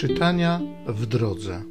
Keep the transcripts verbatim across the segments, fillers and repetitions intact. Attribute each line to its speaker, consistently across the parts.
Speaker 1: Czytania w drodze.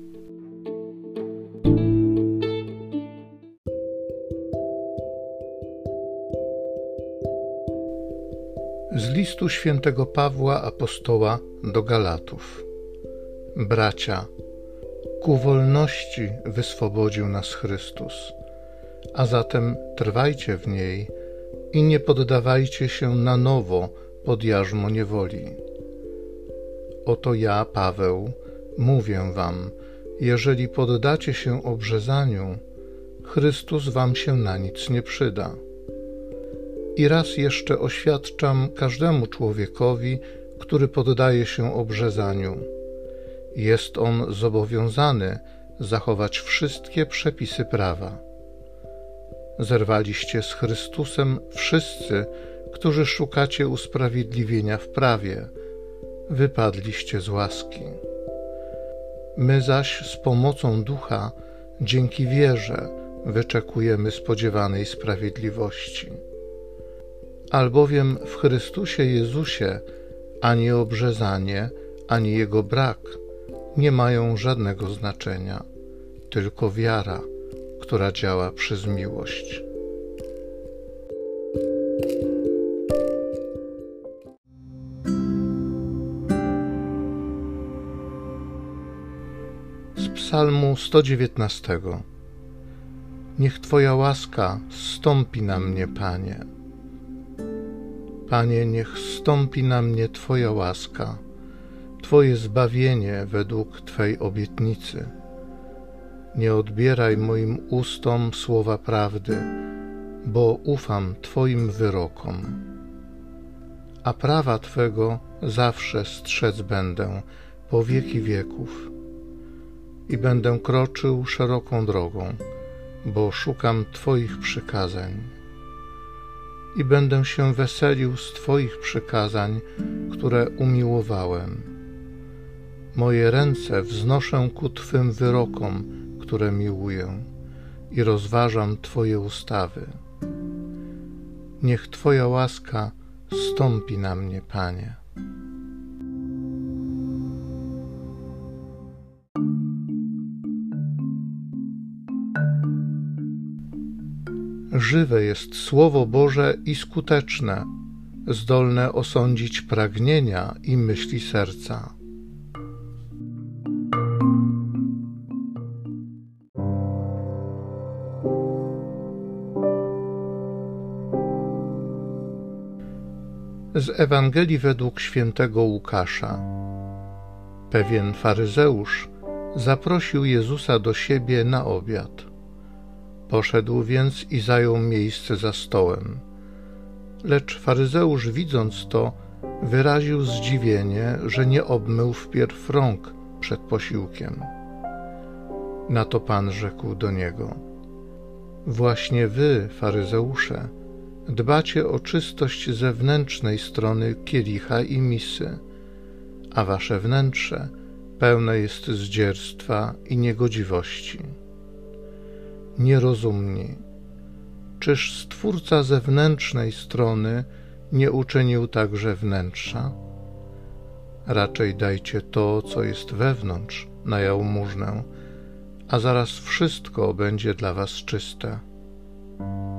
Speaker 1: Z listu świętego Pawła apostoła do Galatów. Bracia, ku wolności wyswobodził nas Chrystus, a zatem trwajcie w niej i nie poddawajcie się na nowo pod jarzmo niewoli. Oto ja, Paweł, mówię wam, jeżeli poddacie się obrzezaniu, Chrystus wam się na nic nie przyda. I raz jeszcze oświadczam każdemu człowiekowi, który poddaje się obrzezaniu. Jest on zobowiązany zachować wszystkie przepisy prawa. Zerwaliście z Chrystusem wszyscy, którzy szukacie usprawiedliwienia w prawie, wypadliście z łaski. My zaś z pomocą Ducha, dzięki wierze, wyczekujemy spodziewanej sprawiedliwości. Albowiem w Chrystusie Jezusie ani obrzezanie, ani jego brak nie mają żadnego znaczenia, tylko wiara, która działa przez miłość. Z Psalmu sto dziewiętnastego. Niech Twoja łaska zstąpi na mnie, Panie. Panie, niech zstąpi na mnie Twoja łaska, Twoje zbawienie według Twej obietnicy. Nie odbieraj moim ustom słowa prawdy, bo ufam Twoim wyrokom. A prawa Twego zawsze strzec będę po wieki wieków. I będę kroczył szeroką drogą, bo szukam Twoich przykazań. I będę się weselił z Twoich przykazań, które umiłowałem. Moje ręce wznoszę ku Twym wyrokom, które miłuję, i rozważam Twoje ustawy. Niech Twoja łaska zstąpi na mnie, Panie. Żywe jest Słowo Boże i skuteczne, zdolne osądzić pragnienia i myśli serca. Z Ewangelii według świętego Łukasza. Pewien faryzeusz zaprosił Jezusa do siebie na obiad. Poszedł więc i zajął miejsce za stołem. Lecz faryzeusz, widząc to, wyraził zdziwienie, że nie obmył wpierw rąk przed posiłkiem. Na to Pan rzekł do niego: właśnie wy, faryzeusze, dbacie o czystość zewnętrznej strony kielicha i misy, a wasze wnętrze pełne jest zdzierstwa i niegodziwości. Nierozumni, czyż Stwórca zewnętrznej strony nie uczynił także wnętrza? Raczej dajcie to, co jest wewnątrz, na jałmużnę, a zaraz wszystko będzie dla was czyste.